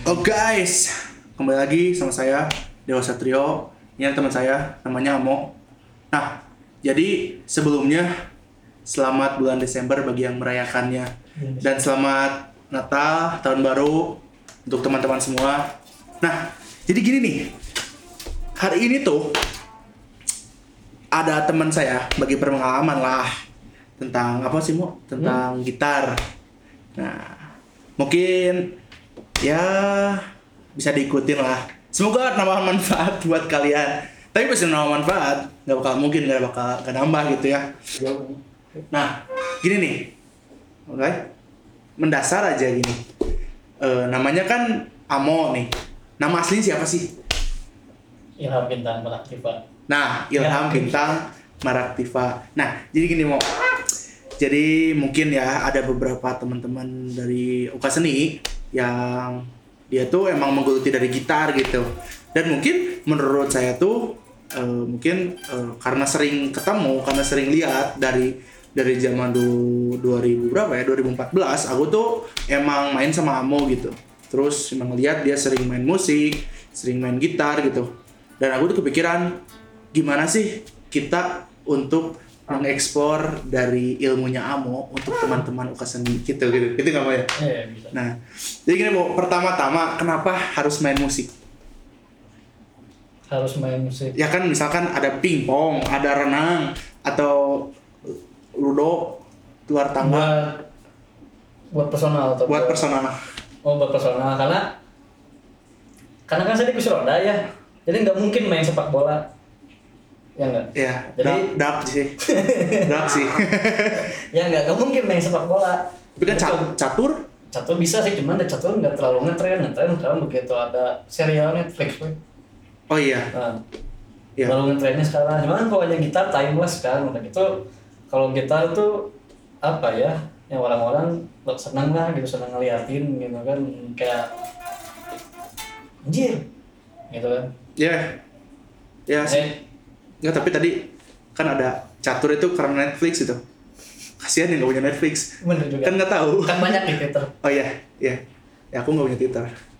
Oh guys, kembali lagi sama saya Dewa Satrio. Ini teman saya, namanya Amo. Nah, jadi sebelumnya selamat bulan Desember bagi yang merayakannya, dan selamat Natal, Tahun Baru untuk teman-teman semua. Nah, jadi gini nih, hari ini tuh ada teman saya bagi pengalaman lah tentang apa sih Mo? Tentang gitar. Nah, mungkin ya bisa diikutin lah. Semoga nambah manfaat buat kalian. Tapi pasti nambah manfaat, nggak bakal nambah gitu ya. Nah, gini nih, oke? Mendasar aja gini. Namanya kan Amo nih. Nama aslinya siapa sih? Ilham Bintang Meraktiva. Nah, Ilham Bintang Meraktiva. Nah, jadi gini Mo. Jadi mungkin ya ada beberapa teman-teman dari Uka Seni yang dia tuh emang menggeluti dari gitar gitu. Dan mungkin menurut saya tuh karena sering ketemu, karena sering lihat dari zaman 2000 berapa ya? 2014 aku tuh emang main sama Amo gitu. Terus emang lihat dia sering main musik, sering main gitar gitu. Dan aku tuh kepikiran gimana sih kita untuk mengeksplor dari ilmunya Amo untuk teman-teman Uka Seni gitu gitu nggak mau ya? Bisa. Nah, jadi gini Mo, pertama-tama kenapa harus main musik? Harus main musik. Ya kan misalkan ada pingpong, ada renang, atau ludo luar tangga. Buat personal atau Buat personal. buat personal karena kan saya di kursi roda ya. Jadi nggak mungkin main sepak bola. Ya enggak? Ya, Jadi dark sih. Dark sih. ya nggak mungkin main sepak bola. Tapi kan catur? Catur bisa sih, cuman catur nggak terlalu ngetren sekarang begitu ada serial Netflix tuh. Oh iya. Nah, Iya. baru ngetrennya sekarang. Cuman kalau aja gitar timeless kan udah gitu. Kalau gitar tuh apa ya? Yang orang-orang senang lah gitu, senang ngeliatin gitu kan, kayak anjir gitu kan. Ya. Ya sih. Nggak, tapi tadi kan ada catur itu karena Netflix itu. Kasihan yang nggak punya Netflix. Bener juga. Kan nggak tahu. Kan banyak di Twitter. Oh iya, iya. Ya aku nggak punya Twitter.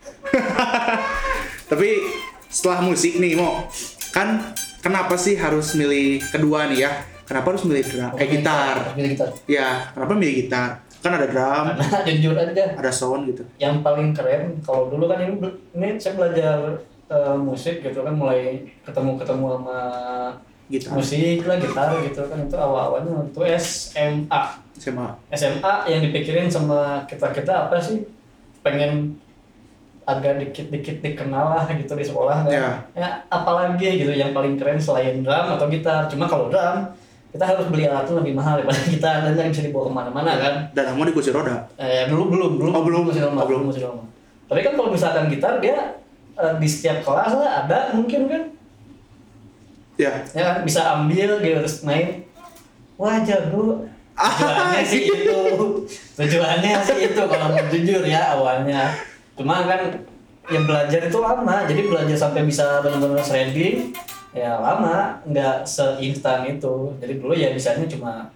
Tapi setelah musik nih Mo, kan kenapa sih harus milih kedua nih ya? Kenapa harus milih gitar? Milih gitar. Ya, kenapa milih gitar? Kan ada drum, Karena jujur aja, ada sound gitu. yang paling keren kalau dulu kan ini saya belajar musik gitu kan, mulai ketemu sama Gitar. musik lah, gitar gitu kan, itu awalnya waktu SMA. SMA yang dipikirin sama kita apa sih, pengen agak dikit dikenal lah gitu di sekolah kan. Ya apalagi gitu yang paling keren selain drum atau gitar. Cuma kalau drum kita harus beli alat lebih mahal daripada gitar dan nggak bisa dibawa kemana-mana kan. Dan kamu di kursi roda? Belum masih lama. Tapi kan kalau misalkan gitar dia di setiap kelas lah ada mungkin kan. Ya. Ya kan bisa ambil gitu terus main. Wah jago. Tujuannya sih itu. Tujuannya sih itu kalau mau jujur ya awalnya. Cuma kan yang belajar itu lama. Jadi belajar sampai bisa benar-benar shredding ya lama, nggak seinstan itu. Jadi dulu ya bisanya cuma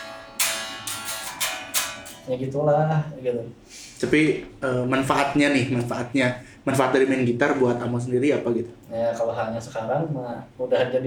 ya gitulah gitu. Apa manfaat dari main gitar buat Amo sendiri apa gitu? Ya kalau hanya sekarang udah jadi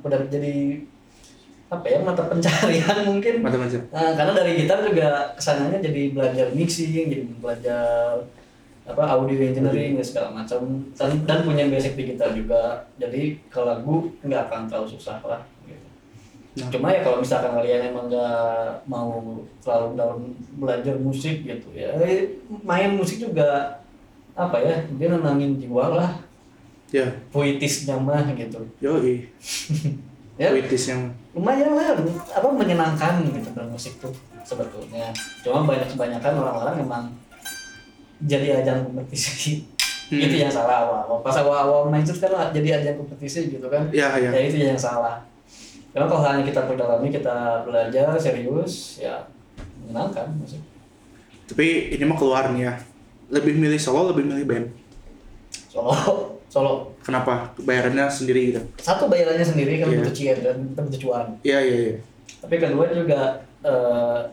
apa ya, mata pencarian mungkin. Mata pencarian. Nah, karena dari gitar juga kesananya jadi belajar mixing, jadi belajar audio engineering segala macam, dan punya basic di gitar juga. Jadi kalau lagu nggak akan terlalu susah lah gitu. Nah. Cuma ya kalau misalkan kalian emang nggak mau terlalu dalam belajar musik gitu ya, main musik juga apa ya, dia nenangin jiwa lah. Ya. Puitisnya mah gitu. Yoi. Ya. Puitisnya lumayan lah, menyenangkan gitu bermusik tuh sebetulnya. Cuma kebanyakan orang-orang emang jadi ajang kompetisi. Itu yang salah awal. Pas awal main itu kan jadi ajang kompetisi gitu kan. Ya. Ya itu yang salah. Karena kalau hanya kita perdalami, kita belajar serius, ya menyenangkan musik. Tapi ini mah keluar nih ya. Lebih milih solo, lebih milih band? Solo. Kenapa? Bayarannya sendiri gitu? Satu, bayarannya sendiri kan, butuh cian dan butuh cuan. Iya. Tapi kedua juga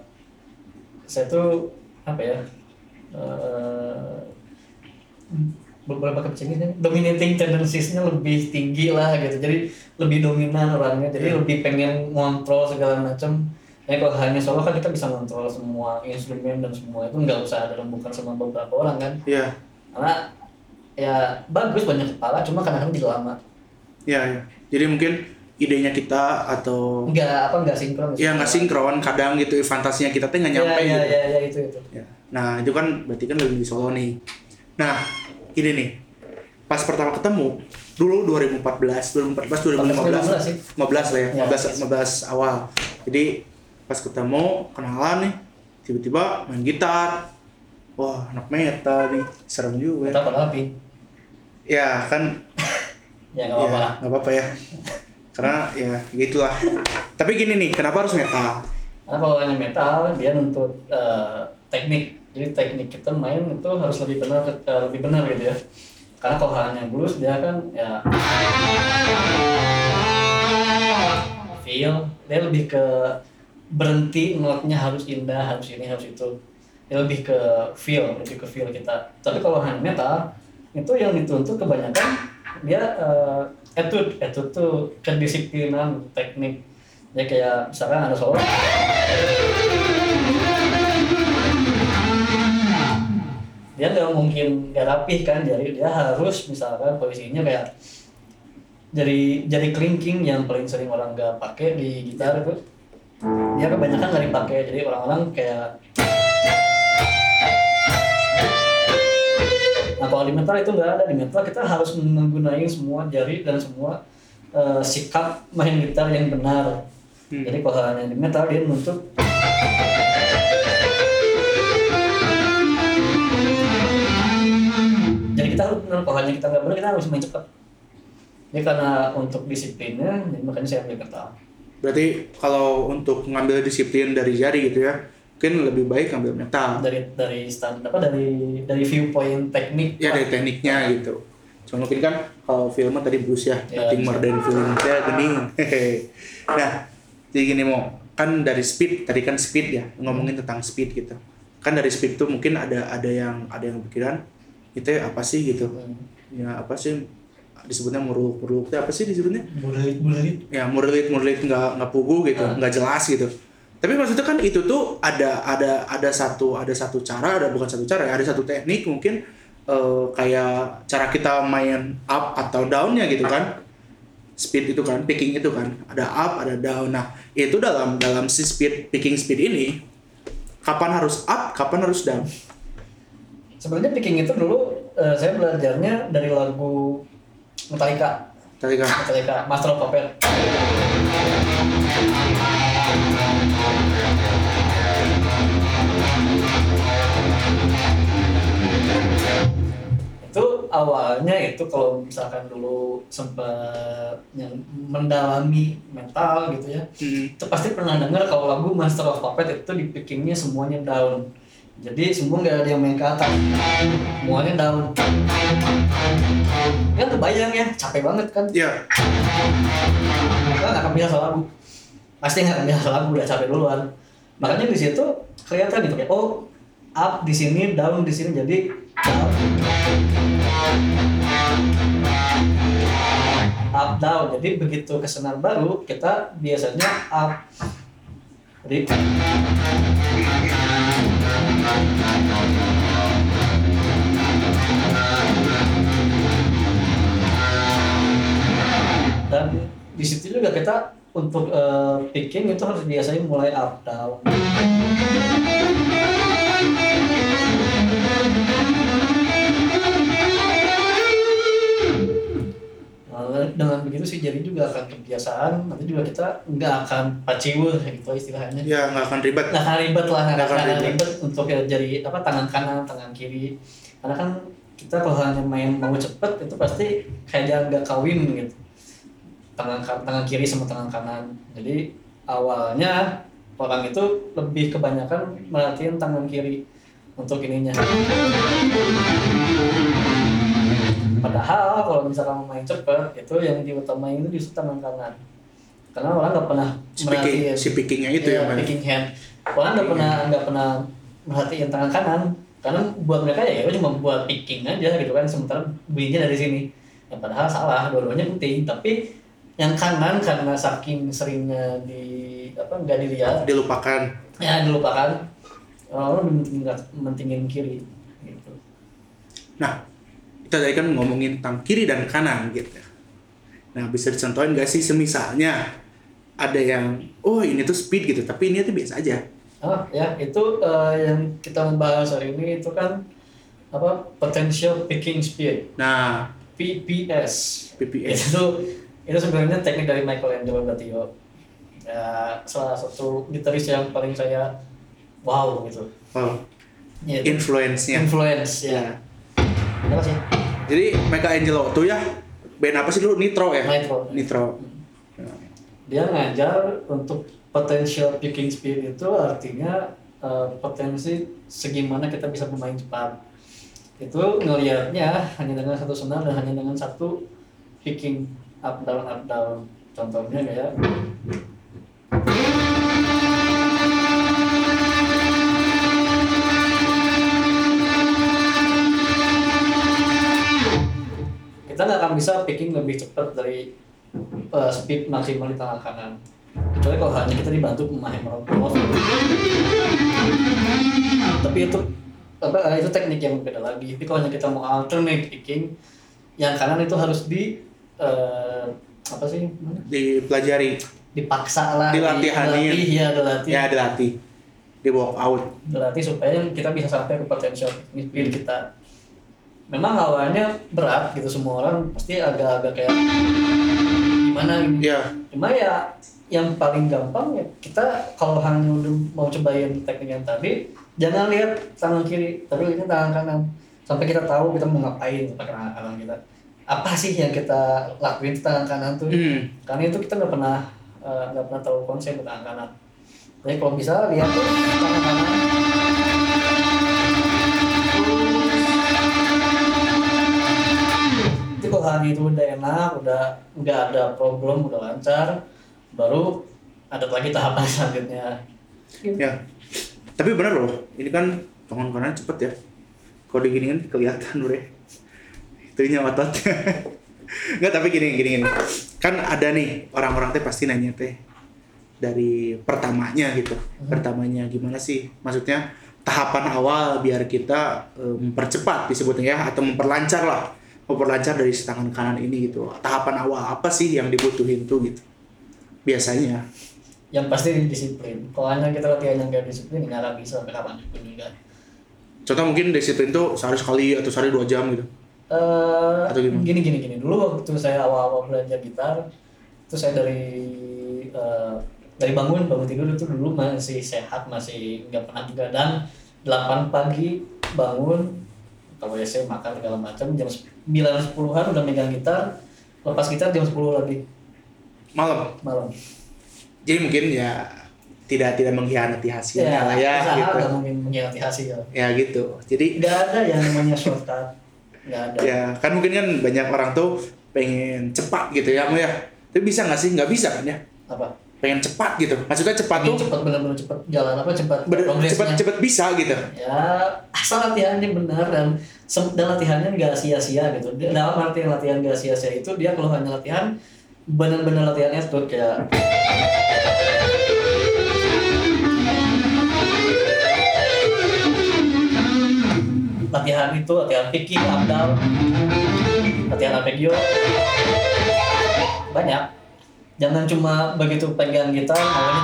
saya tuh apa ya? beberapa kecenderungan dominating tendencies-nya lebih tinggi lah gitu, jadi lebih dominan orangnya, jadi lebih pengen ngontrol segala macam. Ya kalau hanya solo kan kita bisa ngontrol semua instrumen dan semua itu nggak usah ada rembukan sama beberapa orang kan. Iya. Karena ya bagus banyak kepala, cuma kadang-kadang jadi lama. Iya, ya. Jadi mungkin idenya kita atau Nggak sinkron. ya nggak sinkron kadang gitu, fantasinya kita tuh nggak nyampe gitu. Ya itu. Ya. Nah itu kan berarti kan lebih solo nih. Nah ini nih pas pertama ketemu dulu 2015 2015 lah ya, 15 awal. Jadi pas ketemu kenalan nih, tiba-tiba main gitar. Wah anak metal nih, serem juga. Kita pada api. Ya kan. Ya nggak apa-apa lah. Nggak apa-apa ya. Karena ya gitulah. Tapi gini nih, kenapa harus metal? Karena kalau hanya metal dia nuntut teknik. Jadi teknik kita main itu harus lebih benar gitu ya. Karena kalau hanya blues dia kan ya feel, dia lebih ke berhenti, notnya harus indah, harus ini, harus itu. Dia lebih ke feel kita. Tapi kalau hanya metal itu yang dituntut kebanyakan dia etude tuh kedisiplinan teknik. Jadi kayak misalkan ada solo dia nggak mungkin nggak rapih kan, jadi dia harus misalkan posisinya kayak jari kelingking yang paling sering orang nggak pakai di gitar itu, dia kebanyakan nggak dipakai. Jadi orang-orang kayak, nah kalau di metal itu nggak ada. Di metal kita harus menggunakan semua jari dan semua sikap main gitar yang benar. Jadi kalau hanya di metal dia menuntut kita harus benar, kalau hanya kita nggak benar kita harus main cepat. Ini karena untuk disiplinnya, jadi makanya saya ambil metal. Berarti kalau untuk ngambil disiplin dari jari gitu ya, mungkin lebih baik ngambil metal. Dari standar dari viewpoint teknik. Ya dari tekniknya gitu. Cuma mungkin kan kalau filmnya tadi blues ya, nothing more than feeling ya gening. Nah, jadi gini mau kan dari speed tadi kan speed ya, ngomongin tentang speed gitu. Kan dari speed tuh mungkin ada yang pikiran itu apa sih gitu. Ya apa sih disebutnya muruk itu apa sih disebutnya? Murelit. Ya murelit nggak pugu gitu, nggak jelas gitu. Tapi maksudnya kan itu tuh ada satu cara, bukan satu cara ya, ada satu teknik mungkin kayak cara kita main up atau down-nya gitu kan. Speed itu kan, picking itu kan, ada up, ada down. Nah, itu dalam si picking speed ini kapan harus up, kapan harus down. Sebenarnya picking itu dulu saya belajarnya dari lagu Metallica, Master of Puppets. Itu awalnya itu kalau misalkan dulu sempat yang mendalami metal gitu ya, itu pasti pernah dengar kalau lagu Master of Puppets itu di pickingnya semuanya down. Jadi semua nggak ada yang main ke atas, semuanya down. Kan kebayang ya, capek banget kan? Iya. Kita nggak akan bisa lagu, pasti nggak akan bisa lagu, udah capek duluan. Makanya di situ kelihatan gitu kayak oh up di sini, down di sini, jadi down, up down. Jadi begitu ke senar baru kita biasanya up. Jadi dan di situ juga kita untuk picking itu harus biasanya mulai up down. Dengan begitu sih jadi juga akan kebiasaan, nanti juga kita nggak akan paciwur gitu istilahnya. Ya nggak akan ribet. Nggak akan ribet untuk jari apa tangan kanan, tangan kiri. Karena kan kita kalau hanya main mau cepet itu pasti kayak nggak kawin gitu. Tangan kiri sama tangan kanan. Jadi awalnya orang itu lebih kebanyakan merhatiin tangan kiri untuk ininya. Padahal kalau misalkan mau main cepet itu yang diutamain itu justru tangan kanan. Karena orang nggak pernah merhatiin si pickingnya itu ya, picking hand. Orang nggak pernah merhatiin tangan kanan. Karena buat mereka ya cuma buat picking aja gitu kan, sementara bunyinya dari sini. Ya, padahal salah, dua-duanya penting. Tapi yang kanan karena saking seringnya nggak dilihat, Dilupakan. ya dilupakan. Orang mentingin kiri gitu. Nah, kita tadi kan ngomongin tentang kiri dan kanan gitu. Nah, bisa dicontohin nggak sih semisalnya ada yang, oh ini tuh speed gitu, tapi ini tuh biasa aja. Ya itu yang kita membahas hari ini itu kan potential picking speed, Nah, PPS. PPS. Itu sebenarnya teknik dari Michelangelo Batio. Ya, salah satu gitaris yang paling saya wow gitu. Oh, Ya, influence-nya. influence ya. Apa sih? Jadi Michelangelo tuh ya, band apa sih dulu? Nitro ya? Nitro. Dia ngajar untuk potential picking speed itu artinya potensi segimana kita bisa bermain cepat. Itu ngelihatnya hanya dengan satu senar dan hanya dengan satu picking up down. Contohnya kayak kita nggak akan bisa picking lebih cepat dari speed maksimal di tangan kanan, kecuali kalau hanya kita dibantu pemain merokok. Tapi itu teknik yang berbeda lagi. Tapi kalau hanya kita mau alternate picking, yang kanan itu harus dipelajari, dipaksa lah, dilatihanin. dilatih, di walk out, dilatih supaya kita bisa sampai ke potential speed kita. Memang awalnya berat gitu, semua orang pasti agak-agak kayak gimana gitu. ya. Cuma ya yang paling gampang ya kita kalau hanya udah mau cobain teknik yang tadi, jangan lihat tangan kiri, tapi lihat tangan kanan sampai kita tahu kita mau ngapain pakai tangan kanan kita. Apa sih yang kita lakuin di tangan kanan tuh? Karena itu kita nggak pernah tahu konsep di tangan kanan. Jadi kalau bisa lihat tuh tangan kanan. Kalau hari itu udah enak, udah nggak ada problem, udah lancar, baru ada lagi tahapan selanjutnya. Ya, tapi benar loh, ini kan tangan kanan cepet ya. Kalau diginiin kelihatan bre, itunya ototnya. Nggak, tapi gini. Kan ada nih orang-orang teh pasti nanya teh dari pertamanya gitu. Pertamanya gimana sih? Maksudnya tahapan awal biar kita mempercepat disebutnya ya, atau memperlancar dari si tangan kanan ini gitu. Tahapan awal apa sih yang dibutuhin tuh gitu biasanya? Yang pasti disiplin. Kalau hanya kita latihan yang gak disiplin, nggak akan bisa sampai kapan pun juga. Contoh mungkin disiplin tuh sehari sekali atau sehari 2 jam gitu. Atau gimana? Gini. Dulu waktu saya awal-awal belajar gitar, itu saya dari bangun tidur itu dulu masih sehat, masih nggak pernah begadang. 8 pagi bangun, kalau saya makan segala macam, jam 9-10-an udah megang gitar, lepas gitar jam 10 lagi Malam. Jadi mungkin ya tidak mengkhianati hasilnya lah ya usaha gitu. Nggak mungkin mengkhianati hasil. Ya gitu. Jadi nggak ada yang namanya shortcut, nggak ada. Ya kan mungkin kan banyak orang tuh pengen cepat gitu ya, ya. Tapi bisa nggak sih? Nggak bisa kan ya? Apa? Pengen cepat gitu. Maksudnya cepat tuh benar-benar cepat jalan progresnya. cepat bisa gitu. Ya asal latihannya benar dan latihannya nggak sia-sia gitu. Dalam artian latihan nggak sia-sia itu dia kalau hanya latihan benar-benar latihannya tuh kayak latihan picking, up down, latihan arpeggio, banyak. Jangan cuma begitu pegang gitar awalnya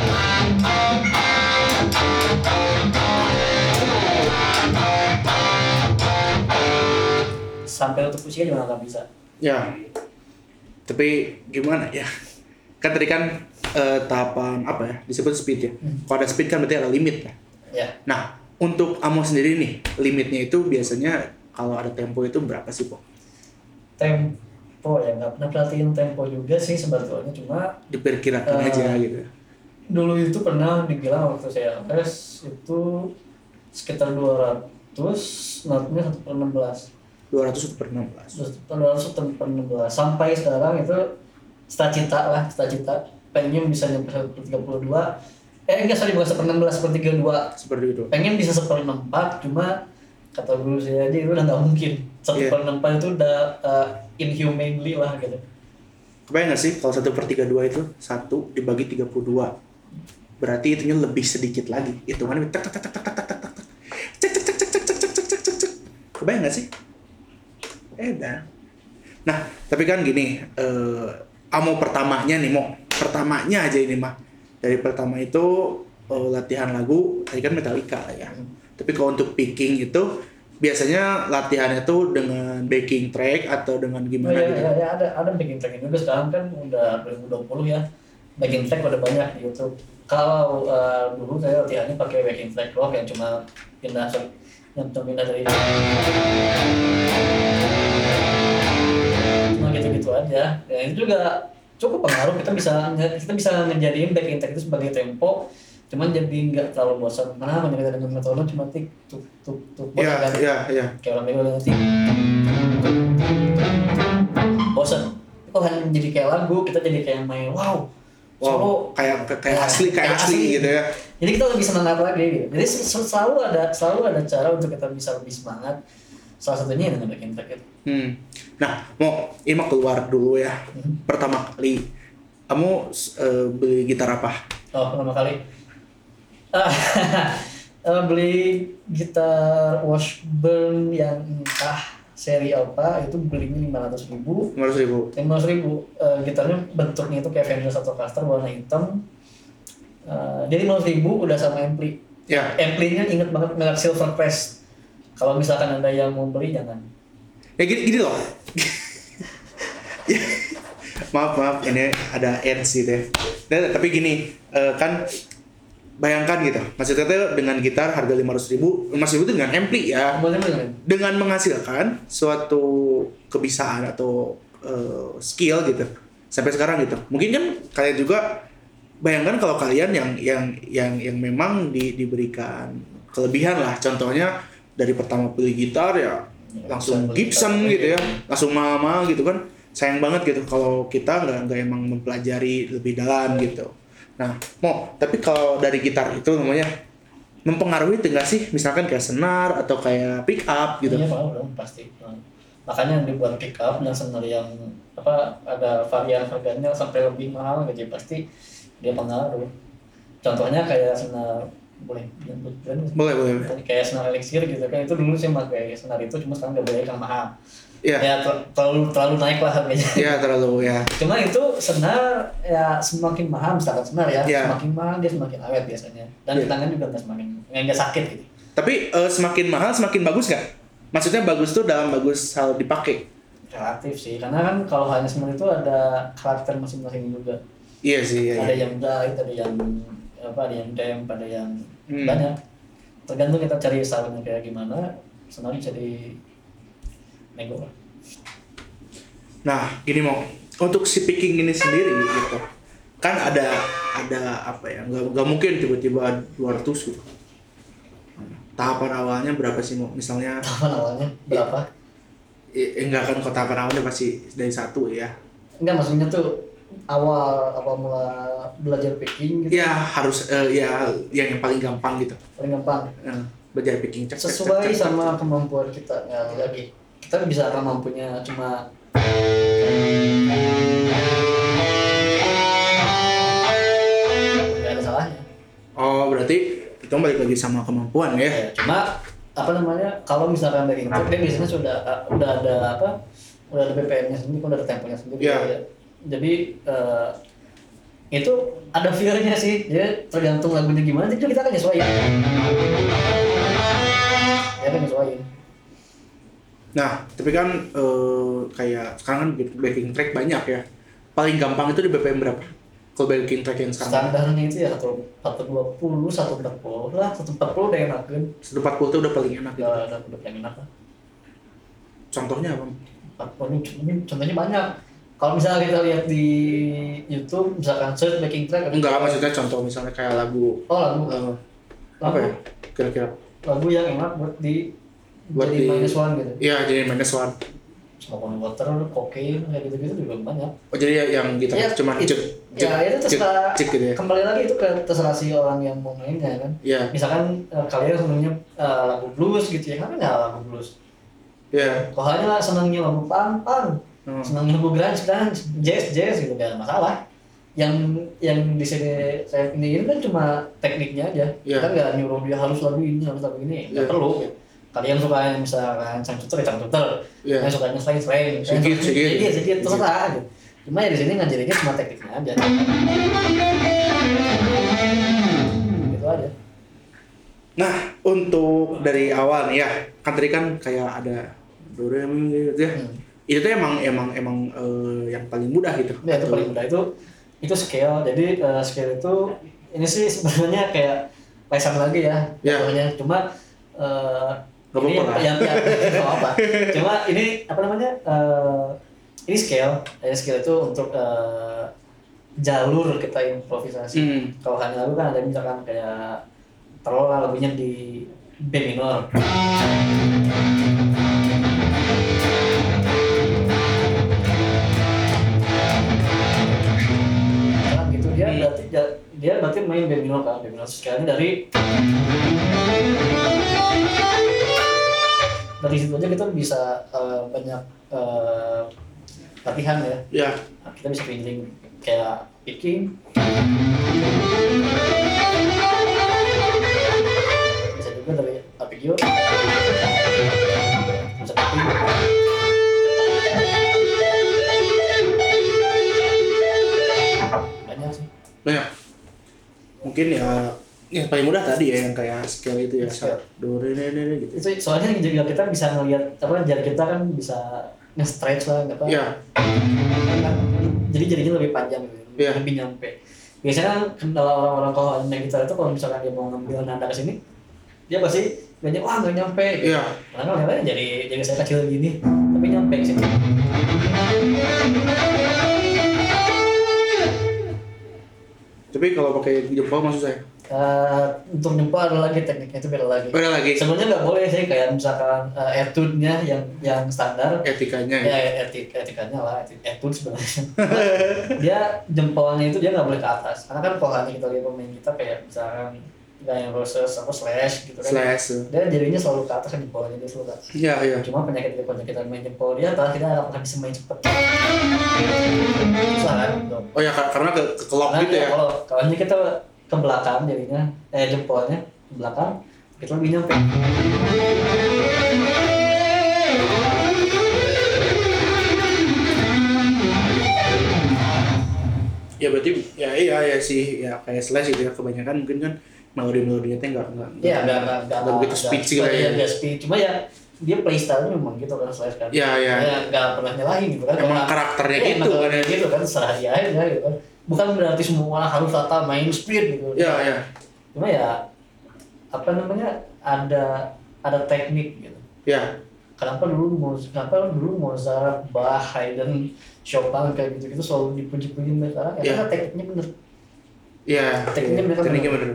sampai untuk usia juga nggak bisa. Ya. Tapi gimana ya? Kan tadi kan tahapan apa ya? Disebut speed ya. Kalau ada speed kan berarti ada limit ya. Ya. Nah, untuk Amo sendiri nih, limitnya itu biasanya kalau ada tempo itu berapa sih, Po? Tempo ya, nggak pernah perhatiin tempo juga sih sebetulnya, cuma diperkirakan aja gitu. Dulu itu pernah dibilang waktu saya les itu sekitar 200, notnya 1/16. 200/16. Sampai sekarang itu cita-cita pengen bisa nyampe 1/32. Enggak, sorry, bukan 1/16, 1/32. Seperti itu. Pengen bisa 1/4, cuma kata guru saya aja itu udah nggak mungkin. 1/4 itu udah inhumanly lah gitu. Kebayang nggak sih kalau 1/32 itu 1 dibagi 32, berarti itunya lebih sedikit lagi. Hitungannya tak tak tak tak tak tak tak tak tak. Cek cek cek cek cek cek cek cek cek cek cek. Kebayang nggak sih? Dah. Nah, tapi kan gini, mau pertamanya nih, mau pertamanya aja ini mah. Dari pertama itu latihan lagu, tadi kan Metallica lah ya. Tapi kalau untuk picking itu biasanya latihannya tuh dengan backing track atau dengan gimana gitu? Ya, ada backing track juga sekarang kan udah 2020 ya. Backing track udah banyak di YouTube. Kalau dulu saya latihannya pakai backing track rock yang cuma pindah dari cuma gitu-gitu aja. Ya itu juga cukup pengaruh. Kita bisa ngejadiin backing track itu sebagai tempo. Cuman jadi nggak terlalu bosan. Mana kita dengan metode cuma tik tuk tuk tuk. Iya. Kayak orang Melayu nanti bosan. Kok hanya jadi kayak lagu, kita jadi kayak main wow. Wow, kayak asli gitu ya. Jadi kita lebih semangat lagi gitu. Jadi selalu ada cara untuk kita bisa lebih semangat. Salah satunya dengan backing track itu. Nah, ini mau keluar dulu ya. Pertama kali kamu beli gitar apa? Oh, pertama kali beli gitar Washburn yang entah seri apa, itu belinya 500.000. 500.000. Gitarnya bentuknya itu kayak Fender Stratocaster warna hitam. Jadi 500.000 udah sama ampli. Ya. Amplinya inget banget merek Silvercrest. Kalau misalkan ada yang mau beli jangan. Ya gini loh. maaf ini ada ads gitu ya. Tapi gini, kan bayangkan gitu, maksudnya tuh dengan gitar harga 500.000 itu dengan ampli ya, dengan menghasilkan suatu kebiasaan atau skill gitu sampai sekarang gitu. Mungkin kan kalian juga bayangkan kalau kalian yang memang diberikan kelebihan lah, contohnya dari pertama beli gitar ya langsung Gibson gitu ya, langsung mahal gitu kan, sayang banget gitu kalau kita nggak emang mempelajari lebih dalam gitu. Nah, tapi kalau dari gitar itu namanya mempengaruhi itu nggak sih? Misalkan kayak senar atau kayak pick up gitu? Iya, dong pasti. Makanya dibuat pick up dan senar yang ada varian harganya sampai lebih mahal gitu, pasti dia pengaruh. Contohnya kayak senar boleh. Kayak senar Elixir gitu kan, itu dulu sih pakai senar itu, cuma sekarang udah beli yang mahal. Iya. Ya terlalu naik lah harganya. Iya, terlalu ya. Cuma itu senar ya semakin mahal, misalkan senar ya, semakin mahal dia semakin awet biasanya. Dan di tangan juga nggak sakit gitu. Tapi semakin mahal semakin bagus nggak? Maksudnya bagus tuh dalam bagus hal dipakai? Relatif sih, karena kan kalau hanya senar itu ada karakter masing-masing juga. Iya sih. Ada yang bright, ada yang damp, ada yang banyak. Tergantung kita cari stylenya kayak gimana, senar bisa di nego lah. Nah, gini untuk si picking ini sendiri gitu, kan ada apa ya? Nggak mungkin tiba-tiba 200 gitu. Tahapan awalnya berapa sih Misalnya? Tahapan awalnya berapa? Enggak kan, tahapan awalnya pasti dari 1 ya. Enggak, maksudnya tuh awal mula belajar picking gitu. Ya harus yang paling gampang gitu. Paling gampang. Belajar picking sesuai sama kemampuan kita. Ya lagi. Kita bisa mampunya cuma nggak ada salahnya. Oh, berarti itu balik lagi sama kemampuan ya? Cuma kalau misalkan dari itu dia biasanya udah ada BPM-nya sendiri, udah ada temponya sendiri. Yeah. Ya. Jadi itu ada fear-nya sih, jadi tergantung lagunya gimana, jadi kita akan nyesuaiin. Nah, tapi kan kayak sekarang kan backing track banyak ya. Paling gampang itu di BPM berapa? Kalau backing track yang sekarang? Standarnya itu ya 120, 140 lah, 140 udah enak kan. 140 itu udah paling enak gitu. Udah paling enak lah. Contohnya apa? 140 contohnya banyak. Kalau misalnya kita lihat di YouTube, misalkan search backing track. Enggak, maksudnya contoh misalnya kayak lagu. Oh, lagu. Apa ya? Kira-kira? Lagu yang enak buat jadi minus one gitu. Iya, jadi minus one. Smoke on Water, Cocaine, kayak gitu-gitu juga banyak. Oh, jadi yang gitar ya, cuma Ya itu terserah, cek gitu ya. kembali lagi itu ke terserah si orang yang mau mainnya kan. Iya. Misalkan kalian senangnya lagu blues gitu ya, kan nggak lagu blues. Iya. Kalau hanya senangnya lagu punk, senangnya lagu grunge, jazz gitu, nggak ada masalah. Yang di sini saya ini kan cuma tekniknya aja. Iya. Kita nggak nyuruh dia harus lagu ini, nggak perlu. Gitu. Kalian suka misalkan cangcuter, Iya. yang sukanya slang, sedikit terserah gitu. Cuma ya di sini ngajarinnya cuma tekniknya aja. Gitu aja. Nah, untuk dari awal nih ya, kan tadi kan kayak ada do re mi gitu ya. Itu tuh emang yang paling mudah gitu. Ya, itu paling mudah itu scale. Jadi scale itu ini sih sebenarnya kayak lesan lagi ya. Ya. Cuma Gak ini apa-apa lah. yang apa. Cuma ini apa namanya? Ini scale. Scale itu untuk jalur kita improvisasi. Kalau hanya lagu kan ada misalkan kayak taruhlah lagunya di B minor. Nah, gitu dia berarti main B minor kan. B minor scale-nya dari situ aja kita bisa banyak latihan ya. Ya. Nah, kita bisa feeling kayak picking. Bisa juga dari arpeggio. Bisa picking. Banyak sih. Banyak. Mungkin ya yang paling mudah tadi ya yang kayak scale itu ya, do re re gitu. Itu soalnya juga kita bisa ngelihat apa jari kita kan bisa nge-stretch lah apa. Iya. Jadi jadinya lebih panjang gitu. Iya. Lebih nyampe. Biasanya kan kendala orang-orang kalau main gitar itu kalau misalkan dia mau ngambil nada ke sini, dia pasti banyak wah nggak nyampe. Gitu. Iya. Karena kan jadi saya kecil gini, tapi nyampe ke sini. Tapi kalau pakai jempol maksud saya? Untuk jempol ada lagi tekniknya itu beda lagi. Beda lagi. Sebenarnya nggak boleh sih kayak misalkan etude-nya yang standar. Etikanya. Ya etikanya lah, etude sebenarnya. Dia jempolnya itu dia nggak boleh ke atas. Karena kan kalau hanya kita lihat pemain kita kayak misalkan Guns N' Roses apa Slash gitu kan. Slash. Dia jadinya selalu ke atas kan jempolnya dia selalu ke atas. Iya, iya. Cuma penyakit kita main jempol di atas kita nggak pernah bisa main cepet. Susah kan? Oh ya karena ke kelop gitu ya. Kalau hanya kita ke belakang jadinya jempolnya ke belakang kita lebih nyampe. Ya berarti ya sih ya kayak Slash gitu ya kebanyakan mungkin kan melodinya teh nggak begitu speed sih ya. Nggak speed, cuma ya dia playstyle-nya memang gitu kan Slash kan. Iya. Nggak pernah nyalahin gitu kan. Emang karakternya gitu kan. Gitu kan serah dia aja gitu kan. Bukan berarti semua harus rata main speed gitu. Iya. Cuma ya apa namanya ada teknik gitu. Iya. Kenapa dulu Mozart, Bach, Haydn, Chopin kayak gitu selalu dipuji-puji mereka karena tekniknya bener. Iya. Tekniknya bener.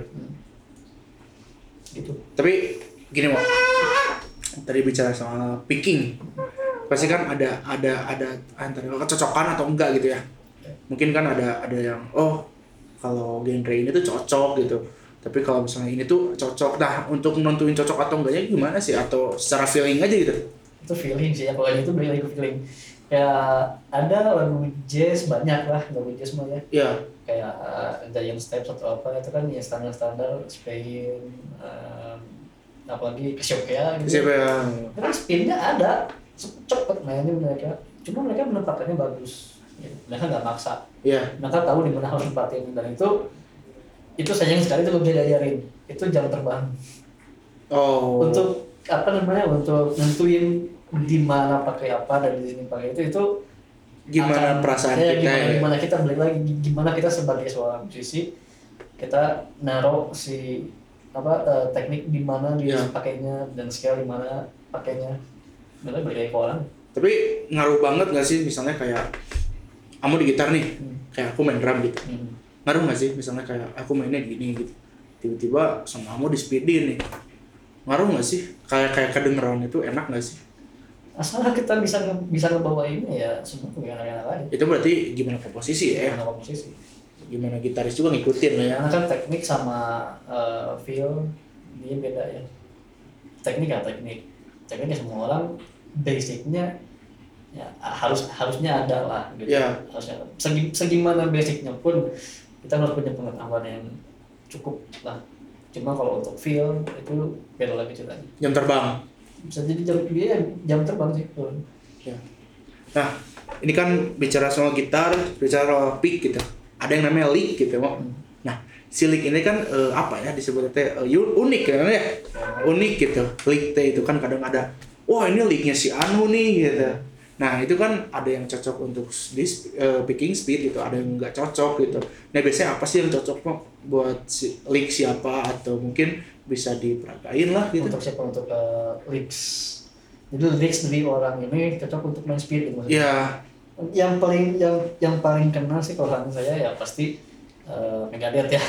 Gitu. Tapi gini Mo, tadi bicara soal picking, pasti kan ada antara kecocokan atau enggak gitu ya. Mungkin kan ada yang kalau genre ini tuh cocok gitu. Tapi kalau misalnya ini tuh cocok, nah untuk nentuin cocok atau enggaknya gimana sih? Atau secara feeling aja gitu? Itu feeling sih ya, pokoknya itu balik ke feeling. Kayak ada lagu jazz banyak lah, lagu jazz mah ya. Iya. Kayak Giant Steps atau apa itu kan ya standar Spain, apalagi Cassiopeia gitu. Cassiopeia. Kan spinnya ada, cepet mainnya mereka. Cuma mereka menempatkannya bagus. Mereka nggak maksa. Iya. Mereka tahu di mana harus nempatin dan itu sayang sekali itu gak bisa diajarin. Itu jam terbang. Oh. Untuk untuk nentuin di mana pakai apa dan di sini pakai itu gimana perasaan kita gimana kita balik lagi gimana kita sebagai seorang musisi kita naruh si teknik di mana pakainya dan scale di mana pakainya. Benar balik lagi ke orang. Tapi ngaruh banget nggak sih misalnya kayak kamu di gitar nih, kayak aku main drum gitu. Ngaruh nggak sih misalnya kayak aku mainnya gini gitu, tiba-tiba sama kamu di speedin nih, ngaruh nggak sih? Kayak kedengeran itu enak nggak sih? Asal kita bisa ngebawa ini ya semua enak-enak aja. Itu berarti gimana komposisi ya? Gimana komposisi. gimana gitaris juga ngikutin lah ya. Karena kan teknik sama feel dia beda ya. Tekniknya semua orang basicnya ya harusnya ada lah gitu. Ya. Harusnya segimana basicnya pun kita harus punya pengetahuan yang cukup lah. Cuma kalau untuk feel itu beda lagi ceritanya. Jam terbang. Bisa jadi jam terbang sih. Ya. Nah, ini kan bicara soal gitar, bicara soal pick gitu. Ada yang namanya lick gitu, Mo. Nah, si lick ini kan apa ya disebutnya unik kan ya? Unik gitu. Lick teh itu kan kadang ada, wah ini licknya si Anu nih gitu. Nah, itu kan ada yang cocok untuk picking speed gitu, ada yang nggak cocok gitu. Nah, biasanya apa sih yang cocok Mo buat lick siapa atau mungkin bisa diperagain lah gitu. Untuk siapa? Untuk licks. Jadi licks dari orang ini cocok untuk main speed gitu maksudnya. Iya. Yang paling kenal sih kalau saya ya pasti Megadeth ya.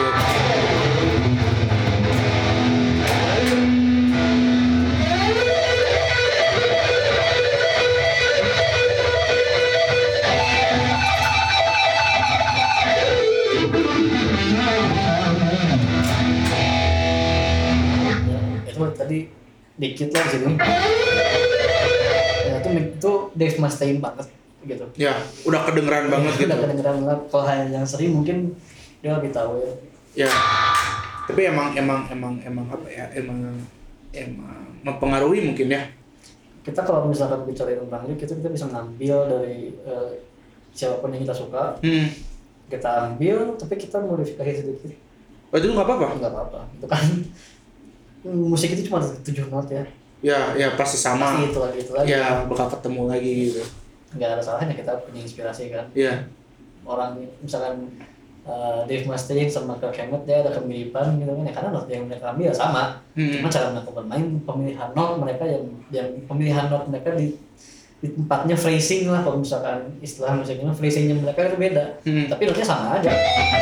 Itu tadi dikit lah sini. Ya, itu Dave Mustaine banget gitu. Ya, udah kedengeran banget gitu. Udah kedengeran banget. Kalau yang sering mungkin dia lebih tahu ya. Ya. Tapi emang apa ya? Emang mempengaruhi mungkin ya. Kita kalau misalkan bicara tentang lick itu kita bisa ngambil dari siapapun yang kita suka. Kita ambil tapi kita modifikasi sedikit. Oh, itu nggak apa-apa? Nggak apa-apa. Itu kan musik itu cuma 7 not ya. Ya pasti sama. Pasti itu lagi. Ya bakal ketemu lagi gitu. Nggak ada salahnya kita punya inspirasi kan. Iya. Orang misalkan Dave Mustaine sama Kirk Hammett dia ada kemiripan gitu kan ya, karena not yang mereka ambil sama. Cuma cara mereka bermain, pemilihan not mereka yang pemilihan not mereka di tempatnya phrasing lah, kalau misalkan istilah musiknya phrasingnya mereka itu beda. Tapi notnya sama aja.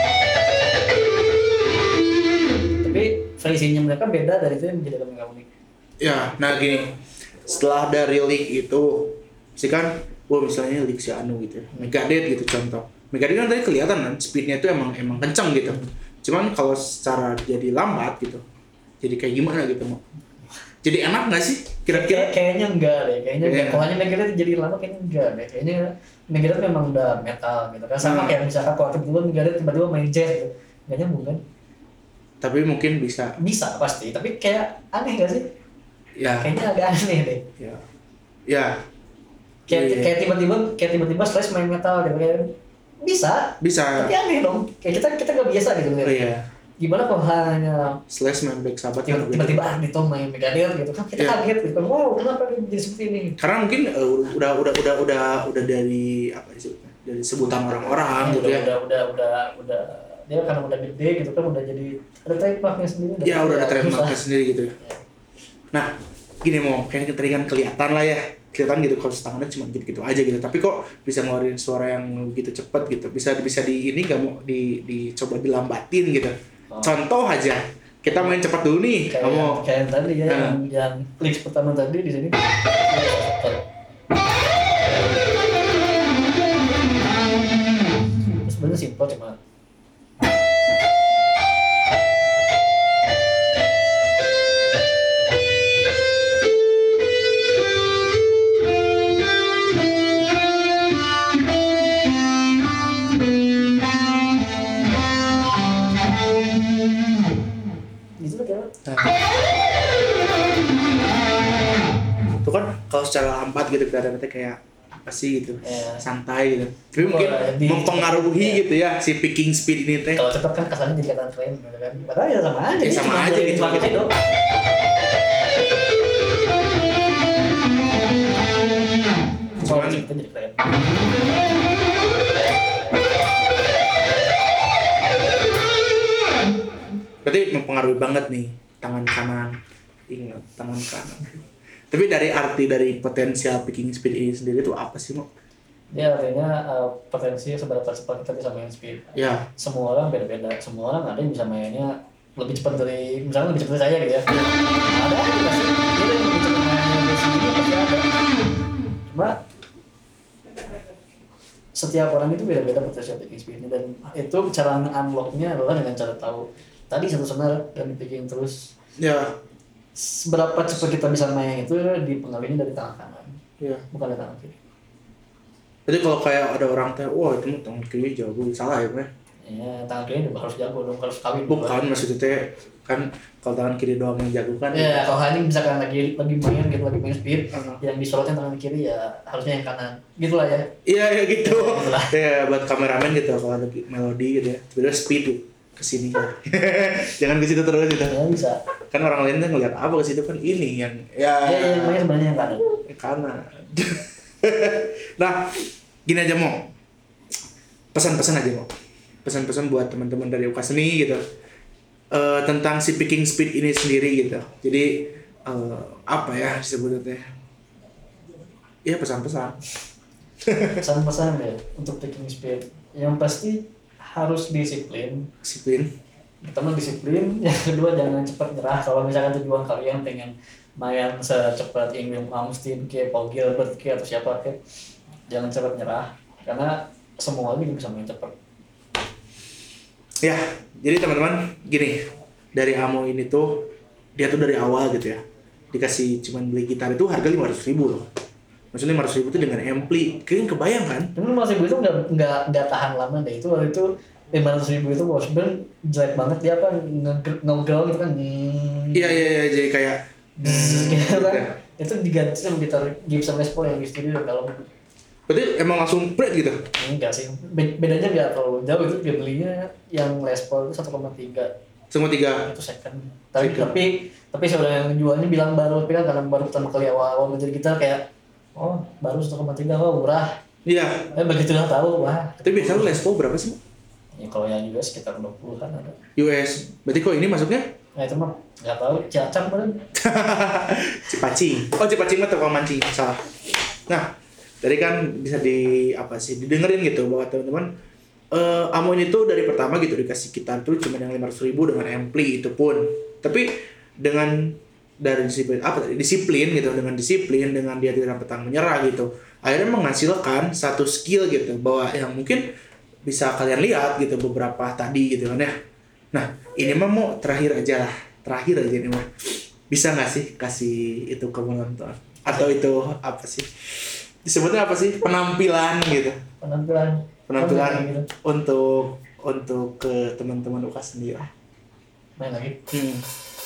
Tapi phrasingnya mereka beda, dari itu yang menjadi mereka unik. Ya, nah gini, setelah dari lick itu, sih kan, misalnya lick si Anu gitu, Megadeth gitu contoh. Megadeth kan tadi kelihatan kan, speednya itu emang kenceng gitu. Cuman kalau secara jadi lambat gitu, jadi kayak gimana gitu Mo? Jadi enak nggak sih? Kira-kira? Kayaknya enggak deh, enggak. Kalau hanya Megadeth jadi lambat kayaknya enggak deh. Kayaknya Megadeth memang udah metal gitu kan. Sama kayak misalkan kalau tiba-tiba Megadeth tiba-tiba main jazz gitu, nggak nyambung kan? Tapi mungkin bisa. Bisa pasti, tapi kayak aneh nggak sih? Ya. Kayaknya agak aneh deh. Ya. Kayak tiba-tiba Slash main metal gitu kayak bisa. Tapi aneh dong. Kayak kita nggak biasa gitu. Oh iya. Gimana kalau hanya Slash main Black Sabbath kan tiba-tiba Ardito main Megadeth gitu kan, kita kaget gitu kan. Wow, kenapa dia jadi seperti ini? Karena mungkin udah dari apa sih? Dari sebutan orang-orang gitu ya. Udah dia karena udah gede gitu kan, udah jadi ada trademarknya sendiri. Ya udah ada trademarknya sendiri gitu. Nah, gini Mo, kayaknya tadi kan kelihatan lah ya. Kelihatan gitu kalau tangannya cuma gitu-gitu aja gitu. Tapi kok bisa ngeluarin suara yang begitu cepat gitu. Bisa di ini enggak mau dicoba dilambatin gitu. Contoh aja. Kita main cepat dulu nih. Kayak yang tadi ya, yang licks pertama tadi di sini. Sebenarnya simpel cuma itu kan kalau secara lambat gitu kadang-kadang kayak apa sih gitu, santai gitu. Tapi mungkin mempengaruhi gitu ya si picking speed ini teh. Kalau cepat kan kesannya jadi kelihatan keren gitu kan. Padahal ya sama aja. Ya sama aja gitu. Cuman itu jadi keren. Berarti mempengaruhi banget nih tangan kanan. Ingat tangan kanan. Tapi dari arti dari potensial picking speed ini sendiri itu apa sih Mo? Dia artinya potensi seberapa cepat kita bisa main speed. Ya. Semua orang beda-beda. Semua orang ada yang bisa mainnya lebih cepat dari, misalnya lebih cepat dari saya gitu ya. Ada aja pasti. Dia yang lebih cepat mainnya dari sendiri pasti ada. Cuma setiap orang itu beda-beda potensial picking speednya, dan itu cara unlocknya adalah dengan cara tahu tadi satu senar dan picking terus. Ya. Seberapa cepat kita bisa main itu dipengaruhi dari tangan kanan, bukan dari tangan kiri. Jadi kalau kayak ada orang tanya, wah itu mah tangan kiri jago, salah ya Bang? Ya, tangan kiri juga harus jago dong, harus kawin. Bukan, maksudnya teh kan kalau tangan kiri doang yang jago kan. Ya, kalau hanya misalkan lagi main gitu, lagi main speed, yang disorotnya tangan kiri ya harusnya yang kanan. Gitulah ya. Iya, ya gitu. Ya, Ya buat kameramen gitu kalau ada melodi gitu ya. Tiba-tiba speed tuh ke sini. Jangan ke situ terus gitu. Ya bisa. Kan orang lain tuh ngeliat apa ke situ kan ini yang ya. Ya, yang main sebenarnya yang kanan. Kanan. Nah, gini aja mau pesan-pesan aja mau pesan-pesan buat teman-teman dari UK Seni gitu tentang si picking speed ini sendiri gitu. Jadi apa ya disebutnya ya pesan-pesan Pesan-pesan ya untuk picking speed yang pasti harus disiplin. Pertama disiplin, yang kedua jangan cepat nyerah. Kalau misalkan tujuan kalian pengen main secepat Ingram Amstin kayak Paul Gilbert kayak atau siapa kayak, jangan cepat nyerah karena semua juga bisa main cepat. Ya, jadi teman-teman gini, dari Amo ini tuh dia tuh dari awal gitu ya dikasih cuman beli gitar itu harga 500.000 loh. Maksudnya 500.000 itu dengan ampli, kalian kebayang kan? Tapi 500.000 itu nggak tahan lama deh. Itu waktu itu 500.000 itu sebenarnya jelek banget, dia apa nge-growl gitu kan. Iya jadi kayak gitu kan. Itu diganti sama gitar Gibson Les Paul yang di studio dalam. berarti emang langsung break gitu? Enggak sih, bedanya nggak terlalu jauh. Itu dia belinya yang Les Paul itu 1,3. Semua 3 itu second. Tapi saudara yang jualnya bilang baru, tapi kan karena baru pertama kali awal menjadi gitar kayak baru 1,3, wah murah. Iya. Begitu udah tahu, wah. Tapi biasanya Les Paul berapa sih? Ya kalau yang US sekitar 20-an ada. US. Berarti kok ini masuknya? Nah itu mah nggak tahu, Ciacap kan. Cipacing. Oh Cipacing mah tukang mancing, salah. Nah, tadi kan bisa didengerin gitu bahwa teman-teman Amo ini tuh dari pertama gitu dikasih gitar tuh cuma yang 500.000 dengan ampli itu pun. Tapi dengan dari disiplin gitu, dengan dia tidak pantang menyerah gitu, akhirnya menghasilkan satu skill gitu bahwa yang mungkin bisa kalian lihat gitu beberapa tadi gitu kan ya. Nah ini mah mau terakhir aja ini mah, bisa nggak sih kasih itu ke penonton atau itu apa sih disebutnya apa sih penampilan gitu, penampilan gitu. untuk ke teman-teman UK sendiri main lagi.